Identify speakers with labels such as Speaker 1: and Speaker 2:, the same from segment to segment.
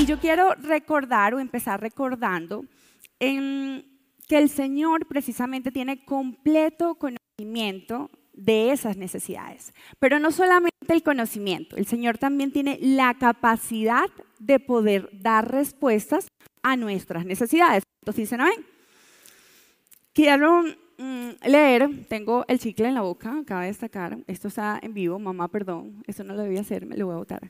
Speaker 1: Y yo quiero recordar o empezar recordando que el Señor precisamente tiene completo conocimiento de esas necesidades. Pero no solamente el conocimiento, el Señor también tiene la capacidad de poder dar respuestas a nuestras necesidades. Entonces dicen, amén. Quiero leer, tengo el chicle en la boca, acaba de destacar, esto está en vivo, mamá, perdón, esto no lo debía hacer, me lo voy a botar.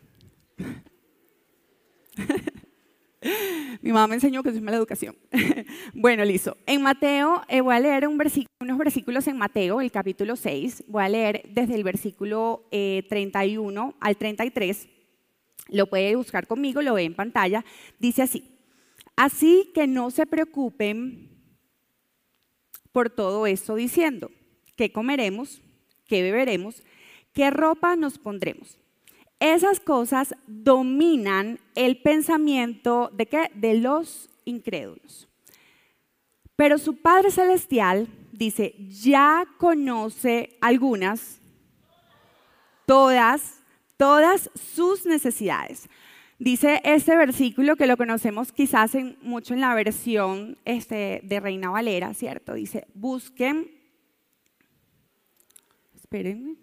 Speaker 1: Mi mamá me enseñó que eso es mala educación. Bueno, listo. En Mateo, voy a leer unos versículos en Mateo, el capítulo 6. Voy a leer desde el versículo 31 al 33. Lo puede buscar conmigo, lo ve en pantalla. Dice así: así que no se preocupen por todo esto diciendo, ¿qué comeremos? ¿Qué beberemos? ¿Qué ropa nos pondremos? Esas cosas dominan el pensamiento ¿de qué? De los incrédulos. Pero su Padre Celestial dice, ya conoce algunas, todas sus necesidades. Dice este versículo que lo conocemos quizás mucho en la versión de Reina Valera, ¿cierto? Dice, busquen, espérenme.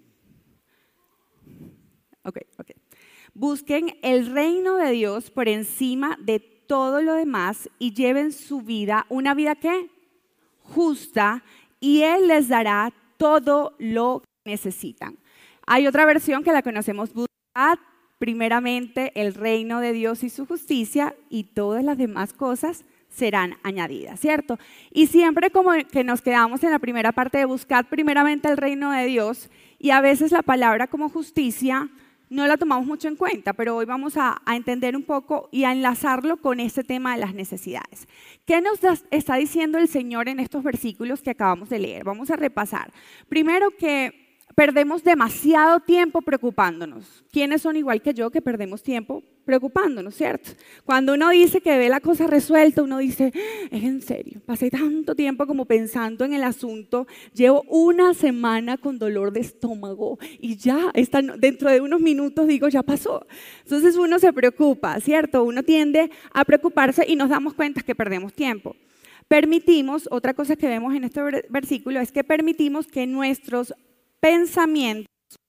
Speaker 1: Ok. Busquen el reino de Dios por encima de todo lo demás y lleven su vida, una vida ¿qué? Justa, y Él les dará todo lo que necesitan. Hay otra versión que la conocemos, buscad primeramente el reino de Dios y su justicia y todas las demás cosas serán añadidas, ¿cierto? Y siempre como que nos quedamos en la primera parte de buscad primeramente el reino de Dios y a veces la palabra como justicia no la tomamos mucho en cuenta, pero hoy vamos a entender un poco y a enlazarlo con este tema de las necesidades. ¿Qué nos está diciendo el Señor en estos versículos que acabamos de leer? Vamos a repasar. Primero que perdemos demasiado tiempo preocupándonos. ¿Quiénes son igual que yo que perdemos tiempo preocupándonos, cierto? Cuando uno dice que ve la cosa resuelta, uno dice, es en serio, pasé tanto tiempo como pensando en el asunto, llevo una semana con dolor de estómago y ya dentro de unos minutos digo, ya pasó. Entonces uno se preocupa, ¿cierto? Uno tiende a preocuparse y nos damos cuenta que perdemos tiempo. Permitimos, otra cosa que vemos en este versículo es que permitimos que nuestros pensamientos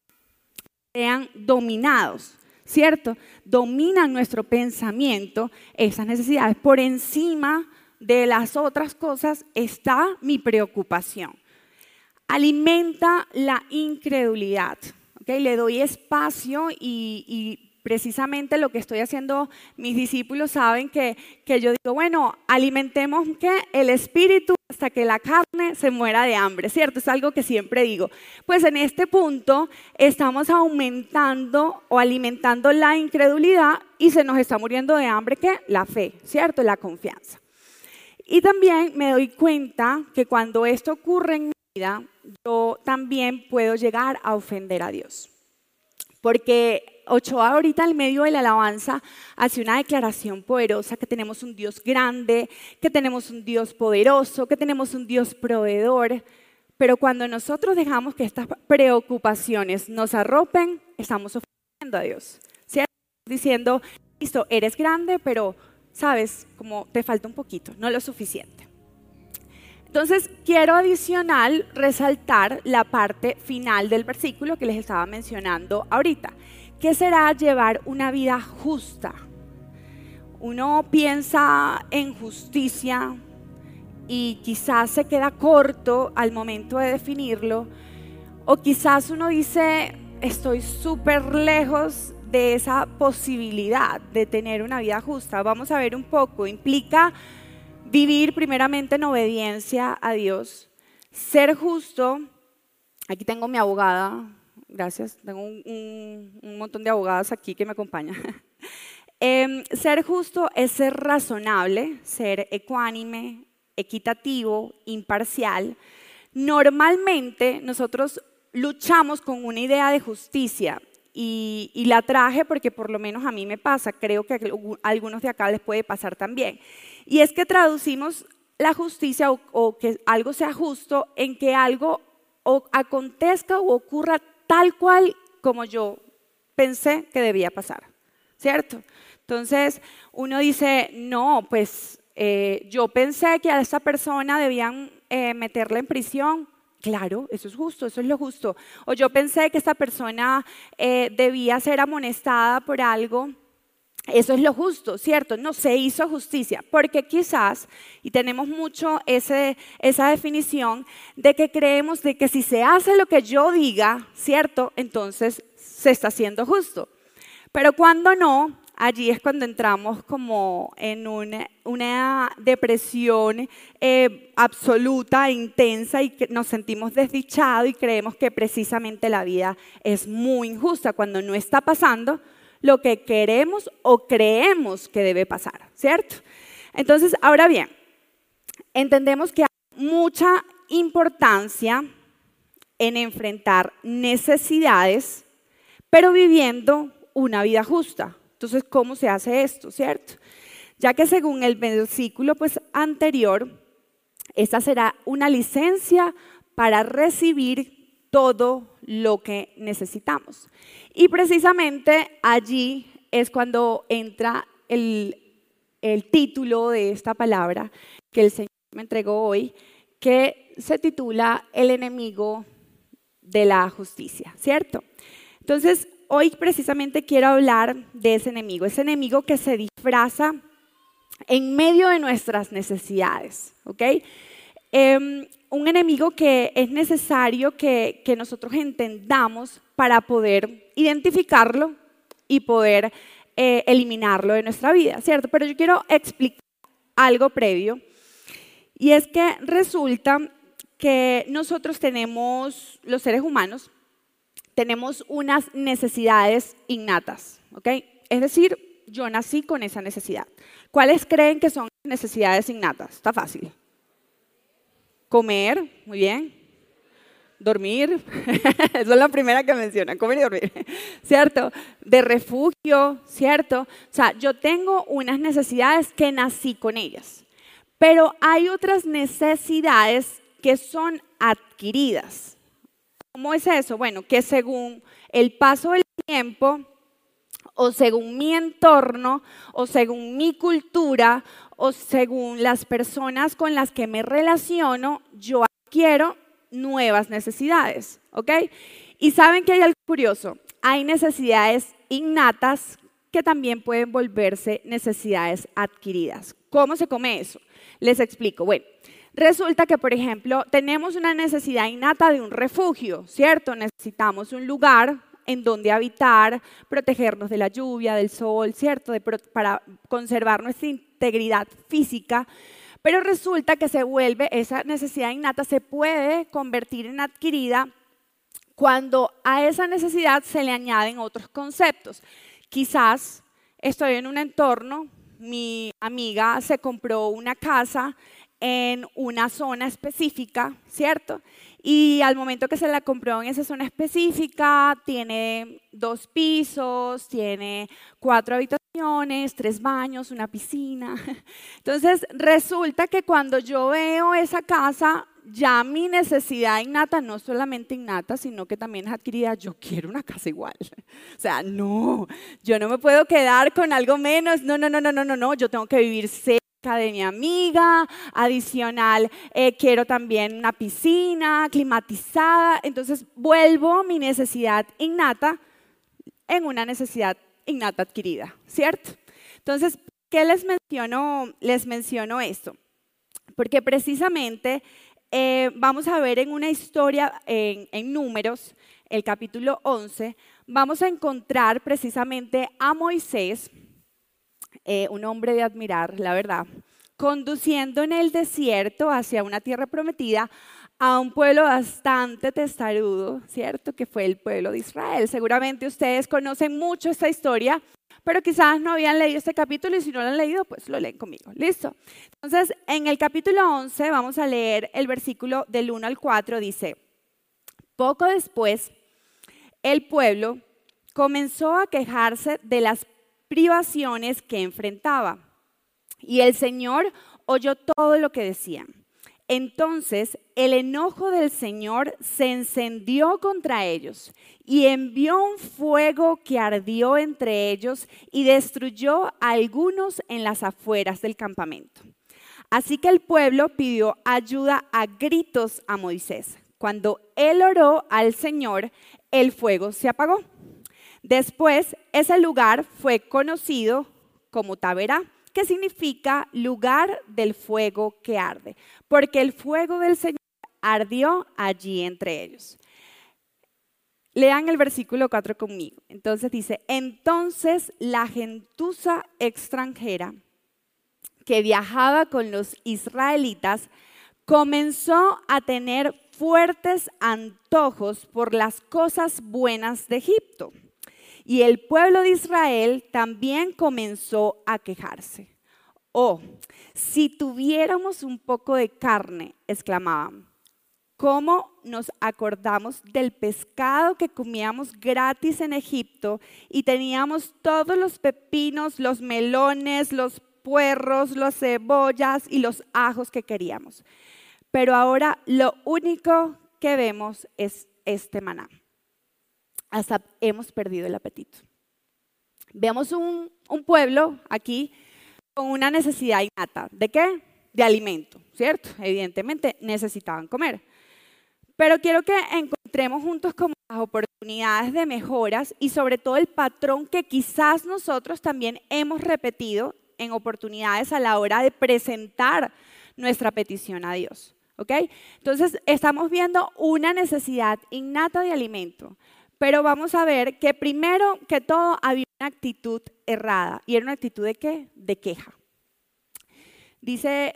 Speaker 1: sean dominados, ¿cierto? Dominan nuestro pensamiento, esas necesidades. Por encima de las otras cosas está mi preocupación. Alimenta la incredulidad, ¿okay? Le doy espacio y precisamente lo que estoy haciendo, mis discípulos saben que yo digo, bueno, alimentemos ¿qué? El espíritu hasta que la carne se muera de hambre, ¿cierto? Es algo que siempre digo. Pues en este punto estamos aumentando o alimentando la incredulidad y se nos está muriendo de hambre, ¿qué? La fe, ¿cierto? La confianza. Y también me doy cuenta que cuando esto ocurre en mi vida, yo también puedo llegar a ofender a Dios. Porque Ochoa ahorita en medio de la alabanza hace una declaración poderosa que tenemos un Dios grande, que tenemos un Dios poderoso, que tenemos un Dios proveedor. Pero cuando nosotros dejamos que estas preocupaciones nos arropen, estamos ofendiendo a Dios. ¿Cierto? Diciendo, listo, eres grande, pero sabes, como te falta un poquito, no lo suficiente. Entonces, quiero adicional resaltar la parte final del versículo que les estaba mencionando ahorita. ¿Qué será llevar una vida justa? Uno piensa en justicia y quizás se queda corto al momento de definirlo, o quizás uno dice, estoy súper lejos de esa posibilidad de tener una vida justa. Vamos a ver un poco, implica vivir primeramente en obediencia a Dios, ser justo. Aquí tengo mi abogada, gracias, tengo un montón de abogadas aquí que me acompañan. Ser justo es ser razonable, ser ecuánime, equitativo, imparcial. Normalmente nosotros luchamos con una idea de justicia y la traje porque por lo menos a mí me pasa, creo que a algunos de acá les puede pasar también. Y es que traducimos la justicia o que algo sea justo en que algo o acontezca o ocurra tal cual como yo pensé que debía pasar, ¿cierto? Entonces uno dice, no, pues yo pensé que a esta persona debían meterla en prisión. Claro, eso es justo, eso es lo justo. O yo pensé que esta persona debía ser amonestada por algo. Eso es lo justo, ¿cierto? No se hizo justicia, porque quizás, y tenemos mucho esa definición de que creemos de que si se hace lo que yo diga, ¿cierto? Entonces se está haciendo justo. Pero cuando no, allí es cuando entramos como en una depresión absoluta, intensa, y que nos sentimos desdichados y creemos que precisamente la vida es muy injusta cuando no está pasando lo que queremos o creemos que debe pasar, ¿cierto? Entonces, ahora bien, entendemos que hay mucha importancia en enfrentar necesidades, pero viviendo una vida justa. Entonces, ¿cómo se hace esto, cierto? Ya que según el versículo anterior, esta será una licencia para recibir todo lo que necesitamos. Y precisamente allí es cuando entra el título de esta palabra que el Señor me entregó hoy, que se titula El enemigo de la justicia, ¿cierto? Entonces, hoy precisamente quiero hablar de ese enemigo que se disfraza en medio de nuestras necesidades, ¿ok? Un enemigo que es necesario que nosotros entendamos para poder identificarlo y poder eliminarlo de nuestra vida, ¿cierto? Pero yo quiero explicar algo previo, y es que resulta que nosotros tenemos, los seres humanos, tenemos unas necesidades innatas, ¿ok? Es decir, yo nací con esa necesidad. ¿Cuáles creen que son necesidades innatas? Está fácil. Comer, muy bien. Dormir, esa es la primera que menciona, comer y dormir, ¿cierto? De refugio, ¿cierto? O sea, yo tengo unas necesidades que nací con ellas, pero hay otras necesidades que son adquiridas. ¿Cómo es eso? Bueno, que según el paso del tiempo, o según mi entorno, o según mi cultura, o según las personas con las que me relaciono, yo adquiero nuevas necesidades, ¿ok? Y saben que hay algo curioso, hay necesidades innatas que también pueden volverse necesidades adquiridas. ¿Cómo se come eso? Les explico. Bueno, resulta que, por ejemplo, tenemos una necesidad innata de un refugio, ¿cierto? Necesitamos un lugar en donde habitar, protegernos de la lluvia, del sol, ¿cierto? Para conservar nuestra integridad física. Pero resulta que esa necesidad innata se puede convertir en adquirida cuando a esa necesidad se le añaden otros conceptos. Quizás estoy en un entorno, mi amiga se compró una casa en una zona específica, ¿cierto? Y al momento que se la compró en esa zona específica, tiene 2 pisos, tiene 4 habitaciones, 3 baños, una piscina. Entonces, resulta que cuando yo veo esa casa, ya mi necesidad innata, no solamente innata, sino que también es adquirida, yo quiero una casa igual. O sea, no, yo no me puedo quedar con algo menos, no, yo tengo que vivir cerca de mi amiga, adicional, quiero también una piscina climatizada. Entonces vuelvo mi necesidad innata en una necesidad innata adquirida, ¿cierto? Entonces, ¿qué les menciono? Les menciono esto, porque precisamente vamos a ver en una historia en Números, el capítulo 11, vamos a encontrar precisamente a Moisés, un hombre de admirar, la verdad, conduciendo en el desierto hacia una tierra prometida a un pueblo bastante testarudo, ¿cierto? Que fue el pueblo de Israel. Seguramente ustedes conocen mucho esta historia, pero quizás no habían leído este capítulo, y si no lo han leído, pues lo leen conmigo. ¿Listo? Entonces, en el capítulo 11 vamos a leer el versículo del 1 al 4, dice: poco después, el pueblo comenzó a quejarse de las privaciones que enfrentaba. Y el Señor oyó todo lo que decían. Entonces el enojo del Señor se encendió contra ellos y envió un fuego que ardió entre ellos y destruyó a algunos en las afueras del campamento. Así que el pueblo pidió ayuda a gritos a Moisés. Cuando él oró al Señor, el fuego se apagó. Después, ese lugar fue conocido como Taberá, que significa lugar del fuego que arde, porque el fuego del Señor ardió allí entre ellos. Lean el versículo 4 conmigo. Entonces dice, entonces la gentuza extranjera que viajaba con los israelitas comenzó a tener fuertes antojos por las cosas buenas de Egipto. Y el pueblo de Israel también comenzó a quejarse. Oh, si tuviéramos un poco de carne, exclamaban. ¿Cómo nos acordamos del pescado que comíamos gratis en Egipto y teníamos todos los pepinos, los melones, los puerros, las cebollas y los ajos que queríamos? Pero ahora lo único que vemos es este maná. Hasta hemos perdido el apetito. Vemos un pueblo aquí con una necesidad innata. ¿De qué? De alimento, ¿cierto? Evidentemente necesitaban comer. Pero quiero que encontremos juntos como las oportunidades de mejoras y sobre todo el patrón que quizás nosotros también hemos repetido en oportunidades a la hora de presentar nuestra petición a Dios. ¿Ok? Entonces estamos viendo una necesidad innata de alimento. Pero vamos a ver que primero que todo había una actitud errada. ¿Y era una actitud de qué? De queja. Dice,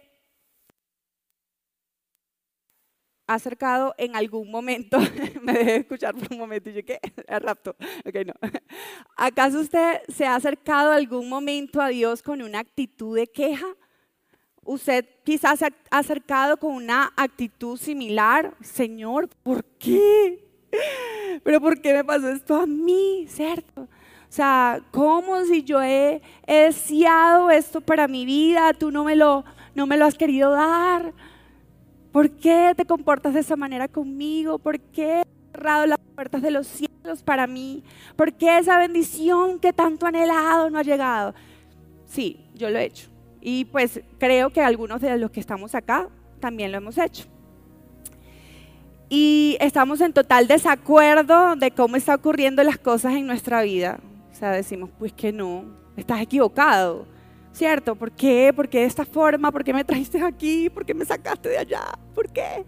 Speaker 1: acercado en algún momento, me dejé escuchar por un momento y yo, ¿qué? El rapto. Ok, no. ¿Acaso usted se ha acercado algún momento a Dios con una actitud de queja? Usted quizás se ha acercado con una actitud similar. Señor, ¿por qué? ¿Pero por qué me pasó esto a mí? ¿Cierto? O sea, ¿cómo si yo he deseado esto para mi vida? Tú no me lo has querido dar. ¿Por qué te comportas de esa manera conmigo? ¿Por qué has cerrado las puertas de los cielos para mí? ¿Por qué esa bendición que tanto anhelado no ha llegado? Sí, yo lo he hecho. Y pues creo que algunos de los que estamos acá también lo hemos hecho. Y estamos en total desacuerdo de cómo están ocurriendo las cosas en nuestra vida. O sea, decimos, pues que no, estás equivocado, ¿cierto? ¿Por qué? ¿Por qué de esta forma? ¿Por qué me trajiste aquí? ¿Por qué me sacaste de allá? ¿Por qué?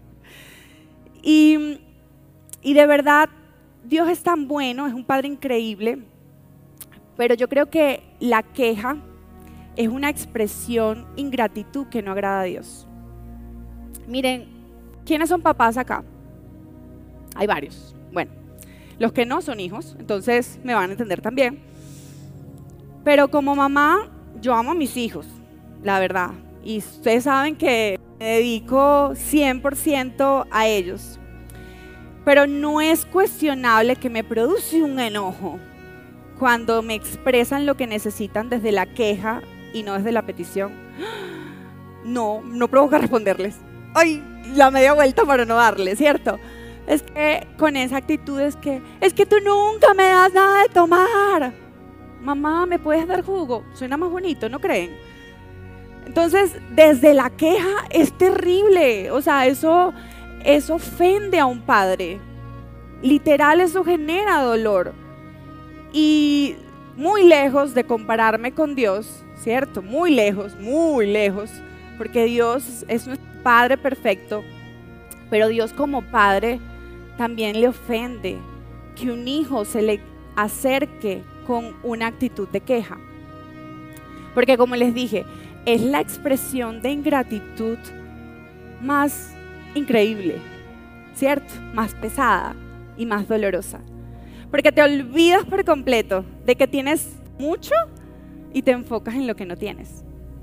Speaker 1: Y de verdad, Dios es tan bueno, es un Padre increíble, pero yo creo que la queja es una expresión ingratitud que no agrada a Dios. Miren, ¿quiénes son papás acá? Hay varios. Bueno, los que no son hijos, entonces me van a entender también. Pero como mamá, yo amo a mis hijos, la verdad. Y ustedes saben que me dedico 100% a ellos. Pero no es cuestionable que me produce un enojo cuando me expresan lo que necesitan desde la queja y no desde la petición. No provoca responderles. Ay, la media vuelta para no darle, ¿cierto? Es que con esa actitud es que tú nunca me das nada de tomar. Mamá, ¿me puedes dar jugo? Suena más bonito, ¿no creen? Entonces, desde la queja es terrible. O sea, eso ofende a un padre. Literal, eso genera dolor. Y muy lejos de compararme con Dios, ¿cierto? Muy lejos, porque Dios es nuestro Padre perfecto, pero Dios como Padre también le ofende que un hijo se le acerque con una actitud de queja. Porque como les dije, es la expresión de ingratitud más increíble, ¿cierto? Más pesada y más dolorosa. Porque te olvidas por completo de que tienes mucho y te enfocas en lo que no tienes.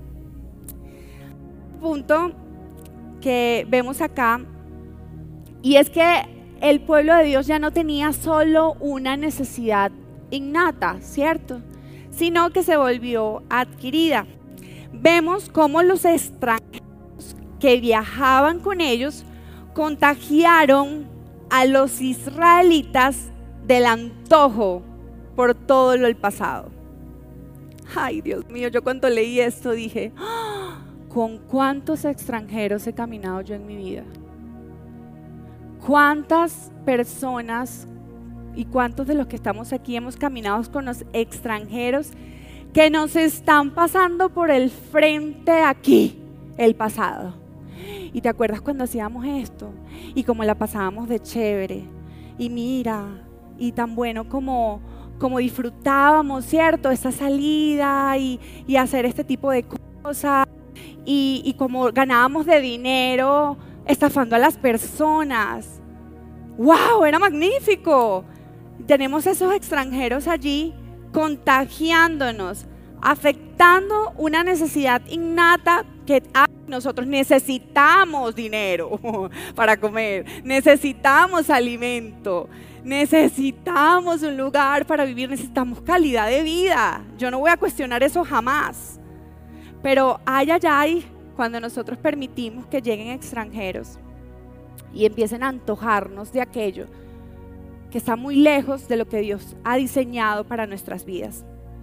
Speaker 1: Punto que vemos acá, y es que el pueblo de Dios ya no tenía solo una necesidad innata, ¿cierto? Sino que se volvió adquirida. Vemos cómo los extranjeros que viajaban con ellos contagiaron a los israelitas del antojo por todo lo del pasado. Ay, Dios mío, yo cuando leí esto dije, ¡ah! ¿Con cuántos extranjeros he caminado yo en mi vida? ¿Cuántas personas y cuántos de los que estamos aquí hemos caminado con los extranjeros que nos están pasando por el frente aquí, el pasado? Y te acuerdas cuando hacíamos esto y cómo la pasábamos de chévere y mira, y tan bueno como disfrutábamos, ¿cierto? Esa salida y hacer este tipo de cosas y como ganábamos de dinero estafando a las personas. ¡Wow! Era magnífico. Tenemos esos extranjeros allí contagiándonos, afectando una necesidad innata que nosotros necesitamos dinero para comer, necesitamos alimento, necesitamos un lugar para vivir, necesitamos calidad de vida. Yo no voy a cuestionar eso jamás. Pero ay, cuando nosotros permitimos que lleguen extranjeros y empiecen a antojarnos de aquello que está muy lejos de lo que Dios ha diseñado para nuestras vidas.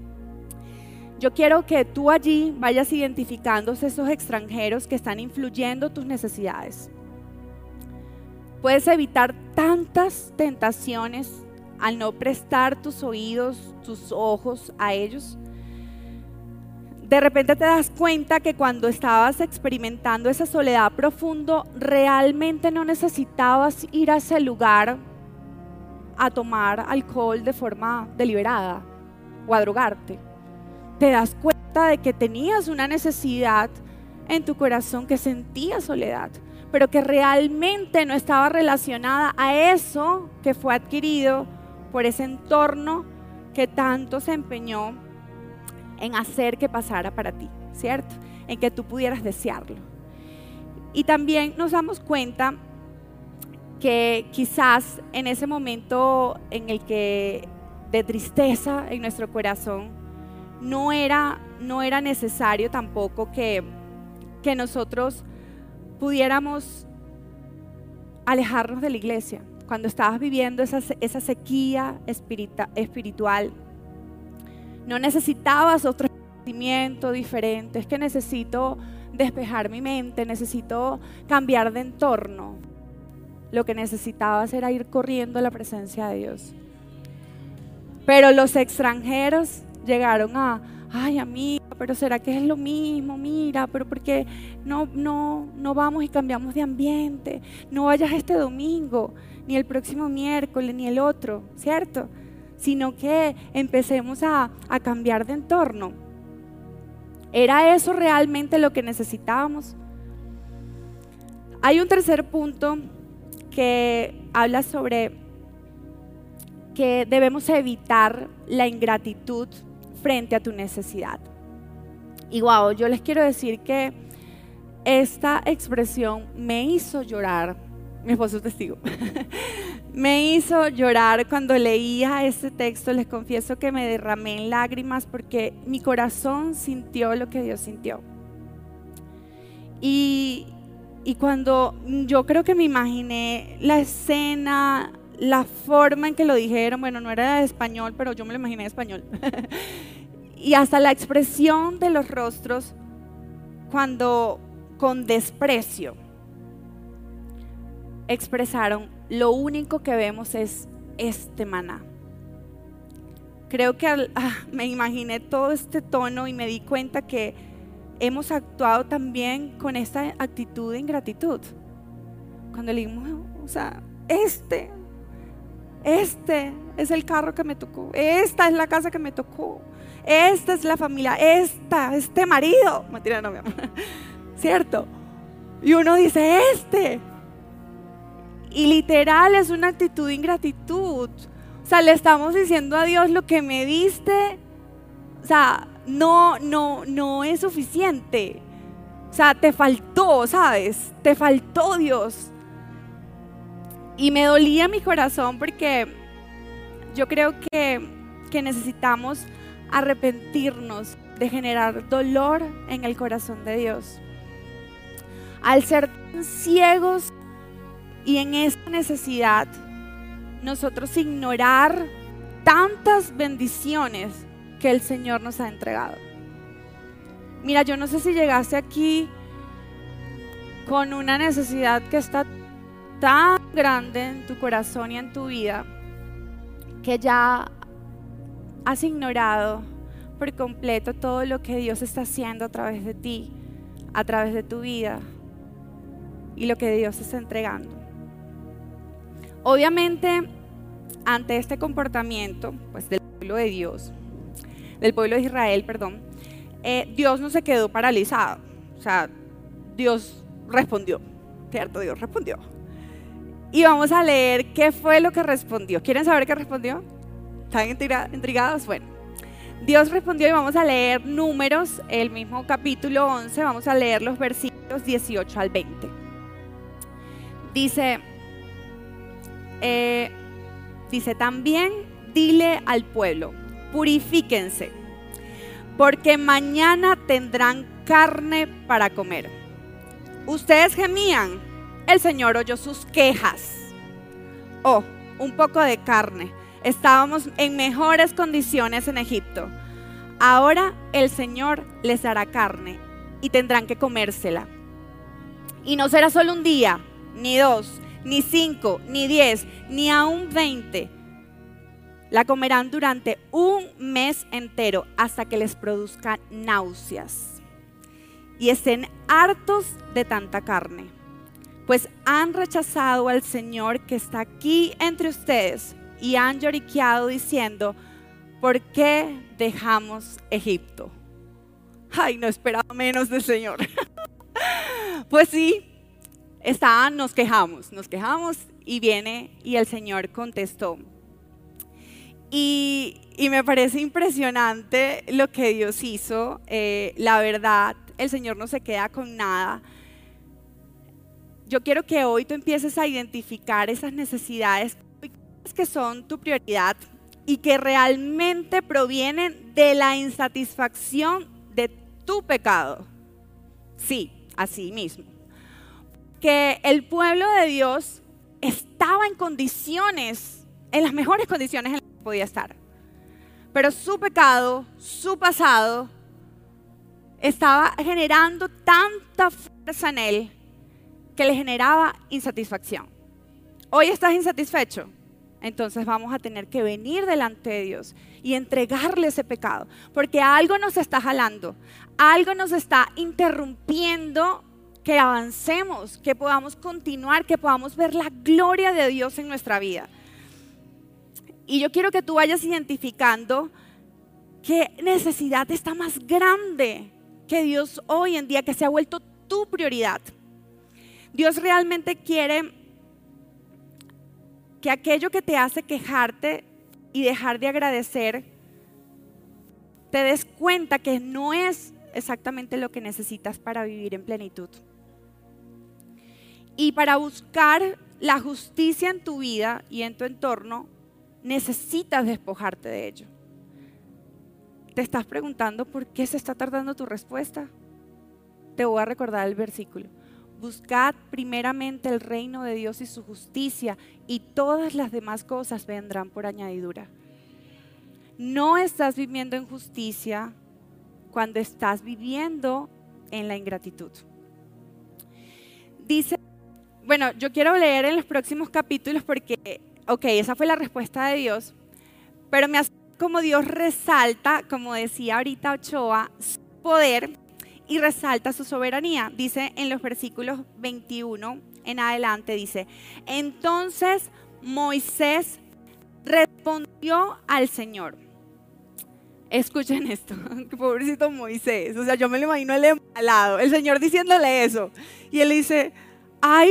Speaker 1: Yo quiero que tú allí vayas identificando esos extranjeros que están influyendo tus necesidades. Puedes evitar tantas tentaciones al no prestar tus oídos, tus ojos a ellos. De repente te das cuenta que cuando estabas experimentando esa soledad profunda, realmente no necesitabas ir a ese lugar a tomar alcohol de forma deliberada o a drogarte. Te das cuenta de que tenías una necesidad en tu corazón, que sentías soledad, pero que realmente no estaba relacionada a eso que fue adquirido por ese entorno que tanto se empeñó en hacer que pasara para ti, ¿cierto? En que tú pudieras desearlo. Y también nos damos cuenta que quizás en ese momento en el que de tristeza en nuestro corazón no era necesario tampoco que nosotros pudiéramos alejarnos de la iglesia. Cuando estabas viviendo esa sequía espiritual, no necesitabas otro sentimiento diferente. Es que necesito despejar mi mente, necesito cambiar de entorno. Lo que necesitabas era ir corriendo a la presencia de Dios. Pero los extranjeros llegaron ay amiga, pero ¿será que es lo mismo? Mira, pero ¿por qué no vamos y cambiamos de ambiente? No vayas este domingo, ni el próximo miércoles, ni el otro, ¿cierto? Sino que empecemos a cambiar de entorno. ¿Era eso realmente lo que necesitábamos? Hay un tercer punto que habla sobre que debemos evitar la ingratitud frente a tu necesidad. Y wow, yo les quiero decir que esta expresión me hizo llorar. Mi esposo es testigo. Me hizo llorar cuando leía este texto. Les confieso que me derramé en lágrimas porque mi corazón sintió lo que Dios sintió. Y cuando yo creo que me imaginé la escena, la forma en que lo dijeron, bueno, no era de español, pero yo me lo imaginé en español. Y hasta la expresión de los rostros cuando con desprecio expresaron: lo único que vemos es este maná. Creo que me imaginé todo este tono y me di cuenta que hemos actuado también con esta actitud de ingratitud. Cuando le dijimos, o sea, este es el carro que me tocó, esta es la casa que me tocó, esta es la familia, este marido, mentira, no, mi amor, ¿cierto? Y uno dice, y literal es una actitud de ingratitud. O sea, le estamos diciendo a Dios: lo que me diste, o sea, no es suficiente. O sea, te faltó, ¿sabes? Te faltó, Dios. Y me dolía mi corazón porque yo creo que necesitamos arrepentirnos de generar dolor en el corazón de Dios. Al ser tan ciegos y en esa necesidad, nosotros ignorar tantas bendiciones que el Señor nos ha entregado. Mira, yo no sé si llegaste aquí con una necesidad que está tan grande en tu corazón y en tu vida que ya has ignorado por completo todo lo que Dios está haciendo a través de ti, a través de tu vida y lo que Dios está entregando. Obviamente, ante este comportamiento, pues del pueblo de Dios, del pueblo de Israel, perdón, Dios no se quedó paralizado. O sea, Dios respondió, ¿cierto? Dios respondió. Y vamos a leer qué fue lo que respondió. ¿Quieren saber qué respondió? ¿Están intrigados? Bueno, Dios respondió y vamos a leer Números, el mismo capítulo 11, vamos a leer los versículos 18 al 20. Dice, también dile al pueblo, purifíquense, porque mañana tendrán carne para comer. Ustedes gemían, el Señor oyó sus quejas. Oh, un poco de carne. Estábamos en mejores condiciones en Egipto. Ahora el Señor les dará carne y tendrán que comérsela. Y no será solo un día, ni 2, ni 5, ni 10, ni aún 20. La comerán durante un mes entero hasta que les produzca náuseas y estén hartos de tanta carne, pues han rechazado al Señor que está aquí entre ustedes y han lloriqueado diciendo, ¿por qué dejamos Egipto? Ay, no esperaba menos del Señor. Pues sí, nos quejamos y viene y el Señor contestó. Y me parece impresionante lo que Dios hizo. La verdad, el Señor no se queda con nada. Yo quiero que hoy tú empieces a identificar esas necesidades que son tu prioridad y que realmente provienen de la insatisfacción de tu pecado. Sí, así mismo. Que el pueblo de Dios estaba en condiciones, en las mejores condiciones en las que podía estar. Pero su pecado, su pasado, estaba generando tanta fuerza en él que le generaba insatisfacción. Hoy estás insatisfecho, entonces vamos a tener que venir delante de Dios y entregarle ese pecado, porque algo nos está jalando, algo nos está interrumpiendo que avancemos, que podamos continuar, que podamos ver la gloria de Dios en nuestra vida. Y yo quiero que tú vayas identificando qué necesidad está más grande que Dios hoy en día, que se ha vuelto tu prioridad. Dios realmente quiere que aquello que te hace quejarte y dejar de agradecer, te des cuenta que no es exactamente lo que necesitas para vivir en plenitud. Y para buscar la justicia en tu vida y en tu entorno, necesitas despojarte de ello. ¿Te estás preguntando por qué se está tardando tu respuesta? Te voy a recordar el versículo. Buscad primeramente el reino de Dios y su justicia, y todas las demás cosas vendrán por añadidura. No estás viviendo en justicia cuando estás viviendo en la ingratitud. Dice, bueno, yo quiero leer en los próximos capítulos porque, esa fue la respuesta de Dios, pero me hace como Dios resalta, como decía ahorita Ochoa, su poder y resalta su soberanía. Dice en los versículos 21 en adelante, dice, entonces Moisés respondió al Señor. Escuchen esto, pobrecito Moisés, o sea, yo me lo imagino el embalado, el Señor diciéndole eso, y él dice, hay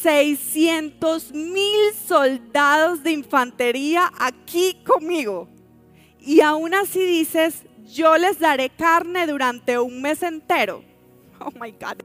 Speaker 1: 600,000 soldados de infantería aquí conmigo, y aún así dices, yo les daré carne durante un mes entero. Oh my God.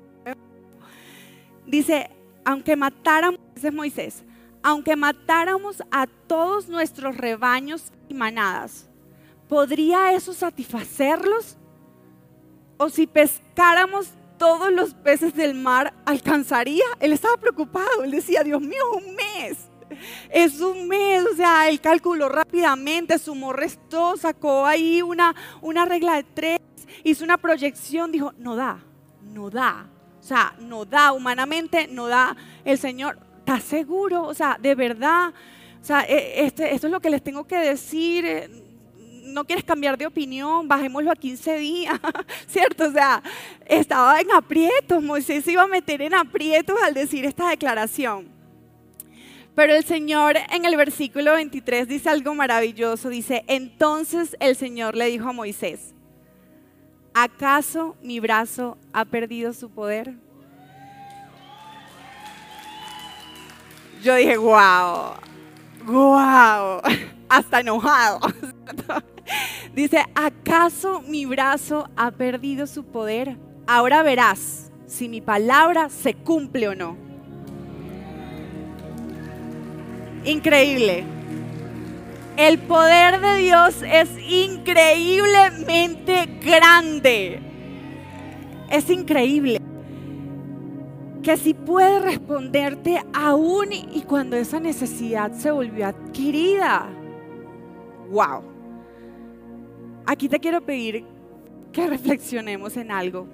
Speaker 1: Dice, aunque matáramos, dice Moisés, aunque matáramos a todos nuestros rebaños y manadas, ¿podría eso satisfacerlos? O si pescáramos todos los peces del mar alcanzaría. Él estaba preocupado, él decía, Dios mío, un mes. Es un mes, o sea, él calculó rápidamente, sumó, restó, sacó ahí una regla de 3, hizo una proyección, dijo, no da, o sea, no da, humanamente no da. El Señor, ¿estás seguro? O sea, de verdad, o sea, esto es lo que les tengo que decir. No quieres cambiar de opinión, bajémoslo a 15 días, ¿cierto? O sea, estaba en aprietos, Moisés se iba a meter en aprietos al decir esta declaración. Pero el Señor en el versículo 23 dice algo maravilloso, dice, entonces el Señor le dijo a Moisés, ¿acaso mi brazo ha perdido su poder? Yo dije, wow, hasta enojado. Dice, ¿acaso mi brazo ha perdido su poder? Ahora verás si mi palabra se cumple o no. Increíble. El poder de Dios es increíblemente grande. Es increíble que si puede responderte aún y cuando esa necesidad se volvió adquirida. Wow. Aquí te quiero pedir que reflexionemos en algo.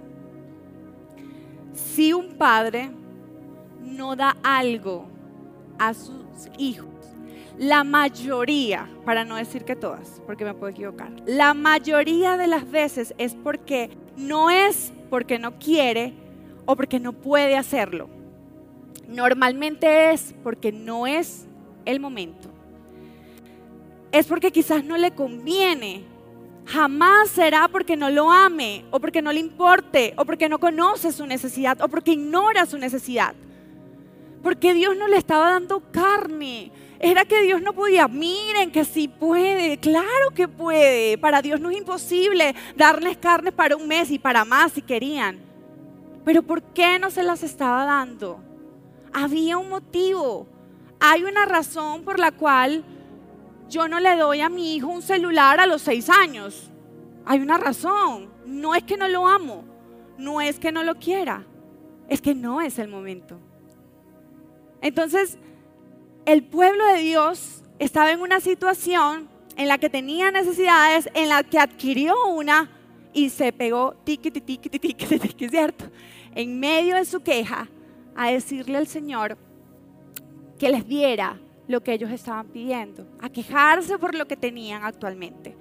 Speaker 1: Si un padre no da algo a sus hijos, la mayoría, para no decir que todas, porque me puedo equivocar, la mayoría de las veces es porque no quiere o porque no puede hacerlo. Normalmente es porque no es el momento. Es porque quizás no le conviene. Jamás será porque no lo ame, o porque no le importe, o porque no conoce su necesidad, o porque ignora su necesidad. Porque Dios no le estaba dando carne. Era que Dios no podía. Miren que sí puede, claro que puede. Para Dios no es imposible darles carne para un mes y para más si querían. Pero ¿por qué no se las estaba dando? Había un motivo. Hay una razón por la cual yo no le doy a mi hijo un celular a los 6 años. Hay una razón. No es que no lo amo, no es que no lo quiera, es que no es el momento. Entonces, el pueblo de Dios estaba en una situación en la que tenía necesidades, en la que adquirió una y se pegó tiqui, ¿cierto? En medio de su queja, a decirle al Señor que les diera lo que ellos estaban pidiendo, a quejarse por lo que tenían actualmente.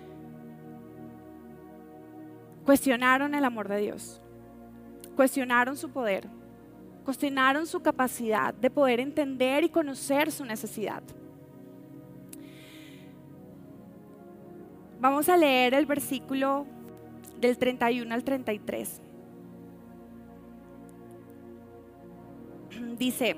Speaker 1: Cuestionaron el amor de Dios, cuestionaron su poder, cuestionaron su capacidad de poder entender y conocer su necesidad. Vamos a leer el versículo del 31 al 33. Dice,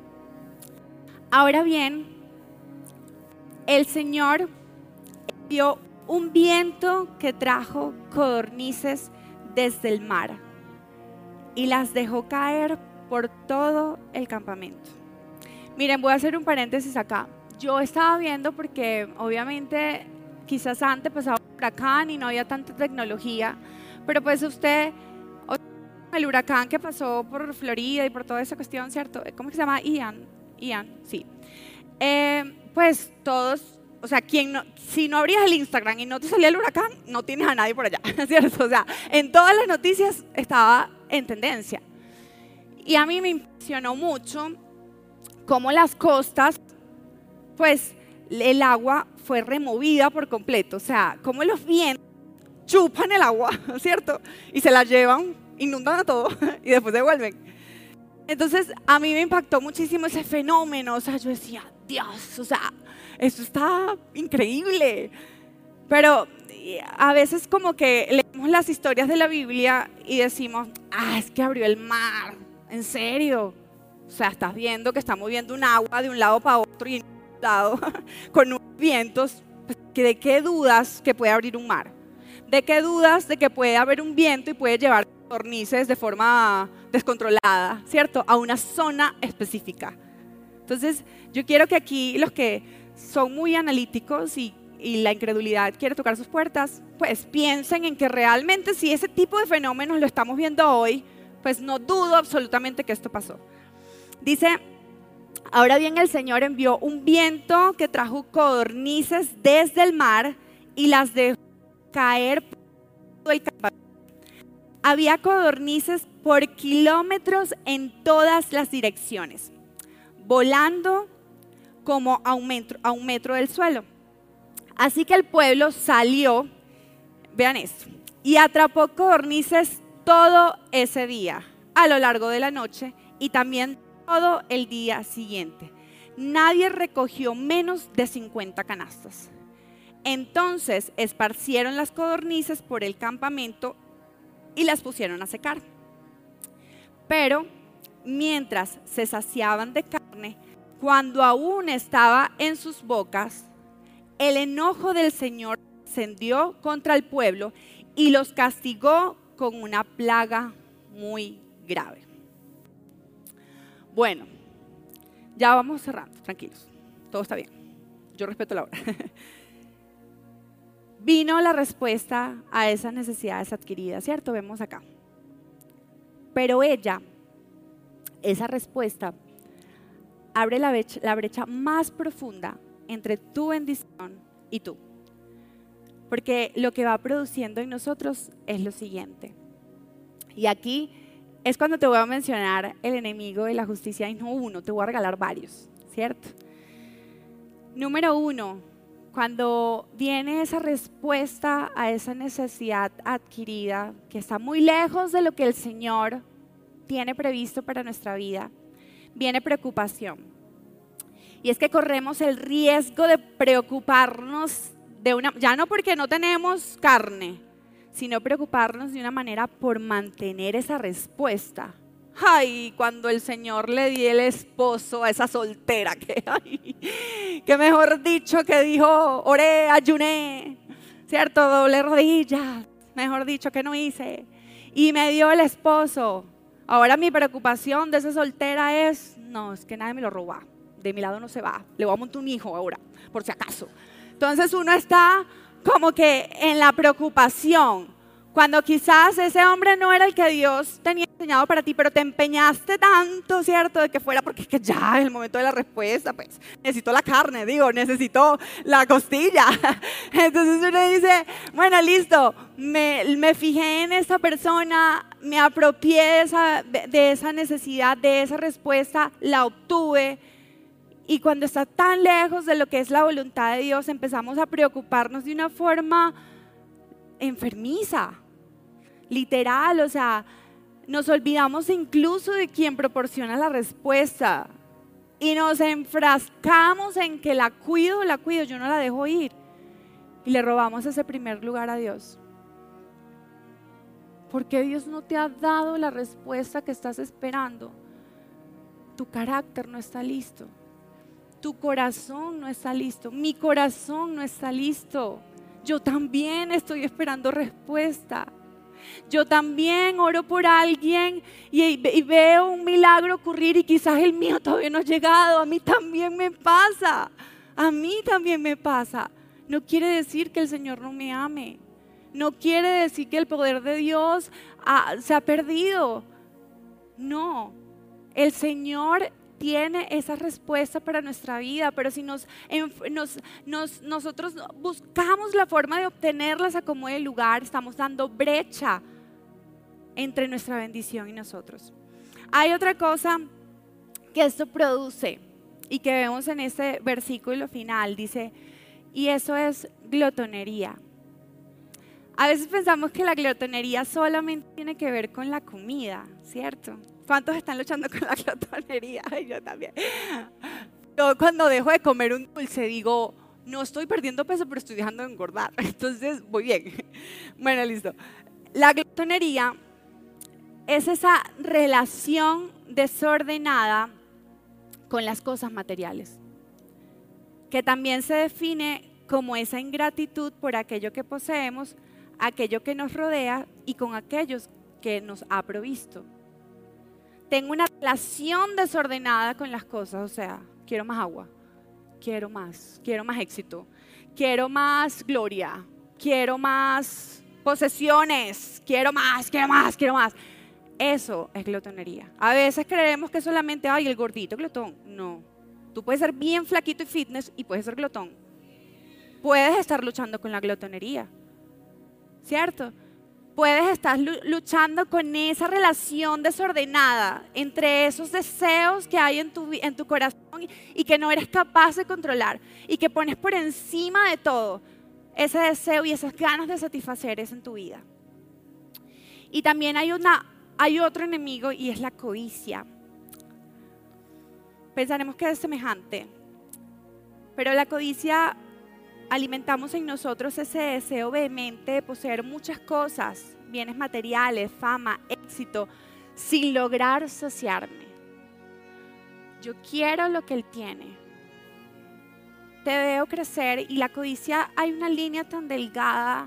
Speaker 1: ahora bien, el Señor envió un viento que trajo codornices desde el mar y las dejó caer por todo el campamento. Miren, voy a hacer un paréntesis acá. Yo estaba viendo porque obviamente quizás antes pasaba un huracán y no había tanta tecnología, pero pues usted, el huracán que pasó por Florida y por toda esa cuestión, ¿cierto? ¿Cómo es que se llama? Ian, sí. Pues todos, o sea, si no abrías el Instagram y no te salía el huracán, no tienes a nadie por allá, ¿cierto? O sea, en todas las noticias estaba en tendencia. Y a mí me impresionó mucho cómo las costas, pues el agua fue removida por completo. O sea, cómo los vientos chupan el agua, ¿cierto? Y se la llevan, inundan a todo y después devuelven. Entonces, a mí me impactó muchísimo ese fenómeno. O sea, yo decía, Dios, o sea, esto está increíble. Pero a veces como que leemos las historias de la Biblia y decimos, es que abrió el mar. ¿En serio? O sea, estás viendo que está moviendo un agua de un lado para otro y inundado con unos vientos. ¿De qué dudas que puede abrir un mar? ¿De qué dudas de que puede haber un viento y puede llevar codornices de forma descontrolada, ¿cierto? A una zona específica. Entonces, yo quiero que aquí los que son muy analíticos y y la incredulidad quiere tocar sus puertas, pues piensen en que realmente si ese tipo de fenómenos lo estamos viendo hoy, pues no dudo absolutamente que esto pasó. Dice, ahora bien el Señor envió un viento que trajo codornices desde el mar y las dejó caer por todo el campamento. Había codornices por kilómetros en todas las direcciones, volando como a un metro del suelo. Así que el pueblo salió, vean esto, y atrapó codornices todo ese día, a lo largo de la noche y también todo el día siguiente. Nadie recogió menos de 50 canastas. Entonces esparcieron las codornices por el campamento y las pusieron a secar. Pero mientras se saciaban de carne, cuando aún estaba en sus bocas, el enojo del Señor descendió contra el pueblo y los castigó con una plaga muy grave. Bueno, ya vamos cerrando, tranquilos, todo está bien, yo respeto la hora. Vino la respuesta a esas necesidades adquiridas, ¿cierto? Vemos acá. Pero esa respuesta, abre la brecha más profunda entre tu bendición y tú. Porque lo que va produciendo en nosotros es lo siguiente. Y aquí es cuando te voy a mencionar el enemigo de la justicia, y no uno, te voy a regalar varios, ¿cierto? Número 1, cuando viene esa respuesta a esa necesidad adquirida, que está muy lejos de lo que el Señor tiene previsto para nuestra vida, viene preocupación. Y es que corremos el riesgo de preocuparnos ya no porque no tenemos carne, sino preocuparnos de una manera por mantener esa respuesta. Ay, cuando el Señor le di el esposo a esa soltera que mejor dicho que dijo, oré, ayuné, ¿cierto? Doblé rodillas, mejor dicho que no hice. Y me dio el esposo. Ahora mi preocupación de esa soltera es que nadie me lo roba. De mi lado no se va. Le voy a montar un hijo ahora, por si acaso. Entonces uno está como que en la preocupación, cuando quizás ese hombre no era el que Dios tenía enseñado para ti, pero te empeñaste tanto, ¿cierto? De que fuera, porque es que ya es el momento de la respuesta, pues necesito la carne, necesito la costilla. Entonces uno dice, bueno, listo, me fijé en esa persona, me apropié de esa necesidad, de esa respuesta, la obtuve. Y cuando está tan lejos de lo que es la voluntad de Dios, empezamos a preocuparnos de una forma enfermiza, literal, o sea, nos olvidamos incluso de quien proporciona la respuesta y nos enfrascamos en que la cuido, yo no la dejo ir, y le robamos ese primer lugar a Dios. ¿Por qué Dios no te ha dado la respuesta que estás esperando? Tu carácter no está listo. Tu corazón no está listo, mi corazón no está listo. Yo también estoy esperando respuesta. Yo también oro por alguien y veo un milagro ocurrir y quizás el mío todavía no ha llegado. A mí también me pasa. No quiere decir que el Señor no me ame. No quiere decir que el poder de Dios se ha perdido. No, el Señor tiene esa respuesta para nuestra vida, pero si nosotros buscamos la forma de obtenerlas a como de lugar, estamos dando brecha entre nuestra bendición y nosotros. Hay otra cosa que esto produce y que vemos en este versículo final, dice, y eso es glotonería. A veces pensamos que la glotonería solamente tiene que ver con la comida, ¿cierto? ¿Cuántos están luchando con la glotonería? Ay, yo también. Yo cuando dejo de comer un dulce digo, no estoy perdiendo peso, pero estoy dejando de engordar. Entonces, voy bien. Bueno, listo. La glotonería es esa relación desordenada con las cosas materiales, que también se define como esa ingratitud por aquello que poseemos, aquello que nos rodea y con aquellos que nos ha provisto. Tengo una relación desordenada con las cosas, o sea, quiero más agua, quiero más éxito, quiero más gloria, quiero más posesiones, quiero más, quiero más, quiero más. Eso es glotonería. A veces creemos que solamente, ay, el gordito glotón. No, tú puedes ser bien flaquito y fitness y puedes ser glotón. Puedes estar luchando con la glotonería, ¿cierto? Puedes estar luchando con esa relación desordenada entre esos deseos que hay en tu corazón y que no eres capaz de controlar y que pones por encima de todo ese deseo y esas ganas de satisfacer eso en tu vida. Y también hay otro enemigo y es la codicia. Pensaremos que es semejante, pero la codicia alimentamos en nosotros ese deseo vehemente de poseer muchas cosas, bienes materiales, fama, éxito, sin lograr saciarme. Yo quiero lo que Él tiene. Te veo crecer y la codicia, hay una línea tan delgada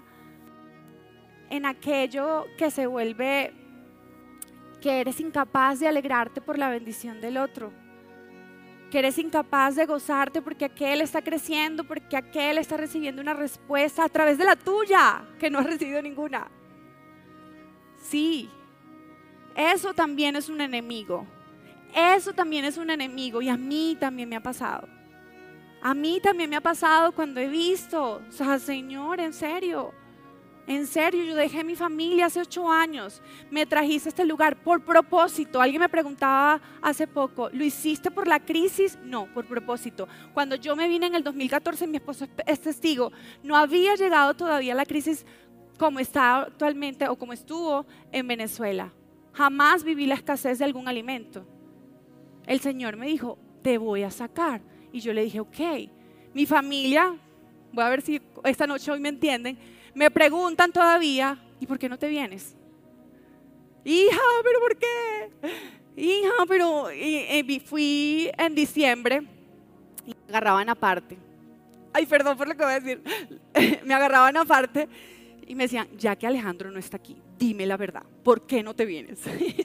Speaker 1: en aquello que se vuelve que eres incapaz de alegrarte por la bendición del otro, que eres incapaz de gozarte porque aquel está creciendo, porque aquel está recibiendo una respuesta a través de la tuya, que no has recibido ninguna. Sí, eso también es un enemigo. Eso también es un enemigo y a mí también me ha pasado. A mí también me ha pasado cuando he visto, o sea, Señor, en serio, yo dejé mi familia hace 8 años, me trajiste a este lugar por propósito. Alguien me preguntaba hace poco, ¿lo hiciste por la crisis? No, por propósito. Cuando yo me vine en el 2014, mi esposo es testigo, no había llegado todavía la crisis como está actualmente o como estuvo en Venezuela. Jamás viví la escasez de algún alimento. El Señor me dijo, te voy a sacar. Y yo le dije, ok. Mi familia, voy a ver si esta noche hoy me entienden, me preguntan todavía, ¿y por qué no te vienes? Hija, ¿pero por qué? Hija, pero fui en diciembre y me agarraban aparte. Ay, perdón por lo que voy a decir. Me agarraban aparte y me decían, ya que Alejandro no está aquí, dime la verdad, ¿por qué no te vienes?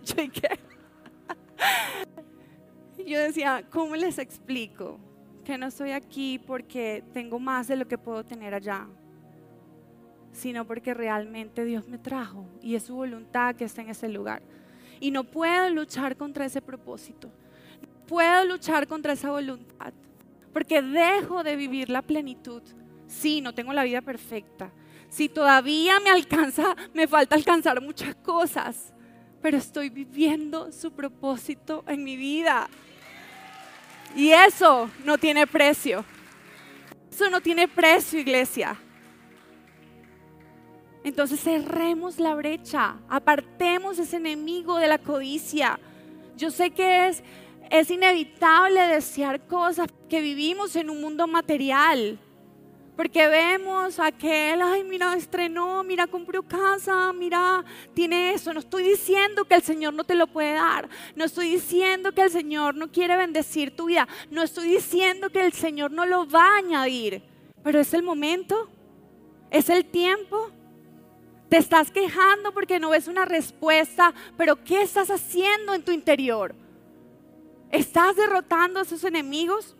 Speaker 1: Yo decía, ¿cómo les explico que no estoy aquí porque tengo más de lo que puedo tener allá? Sino porque realmente Dios me trajo y es su voluntad que está en ese lugar. Y no puedo luchar contra ese propósito. No puedo luchar contra esa voluntad. Porque dejo de vivir la plenitud. Sí, no tengo la vida perfecta. Sí, todavía me falta alcanzar muchas cosas. Pero estoy viviendo su propósito en mi vida. Y eso no tiene precio. Eso no tiene precio, iglesia. Entonces cerremos la brecha, apartemos ese enemigo de la codicia. Yo sé que es inevitable desear cosas, que vivimos en un mundo material, porque vemos a aquel, ay, mira, estrenó, mira, compró casa, mira, tiene eso. No estoy diciendo que el Señor no te lo puede dar, no estoy diciendo que el Señor no quiere bendecir tu vida, no estoy diciendo que el Señor no lo va a añadir, pero es el momento, es el tiempo. Te estás quejando porque no ves una respuesta, pero ¿qué estás haciendo en tu interior? ¿Estás derrotando a esos enemigos?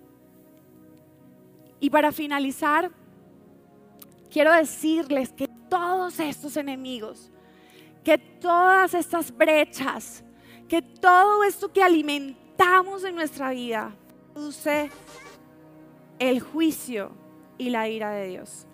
Speaker 1: Y para finalizar, quiero decirles que todos estos enemigos, que todas estas brechas, que todo esto que alimentamos en nuestra vida, produce el juicio y la ira de Dios.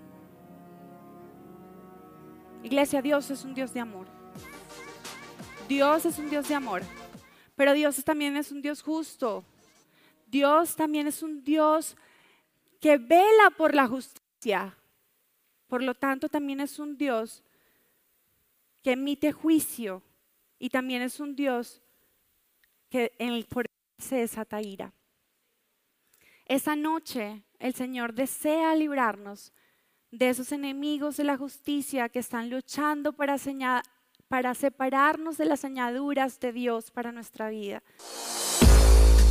Speaker 1: Iglesia, Dios es un Dios de amor. Dios es un Dios de amor. Pero Dios también es un Dios justo. Dios también es un Dios que vela por la justicia. Por lo tanto, también es un Dios que emite juicio. Y también es un Dios que por él se desata ira. Esa noche el Señor desea librarnos de esos enemigos de la justicia que están luchando para separarnos de las añadiduras de Dios para nuestra vida.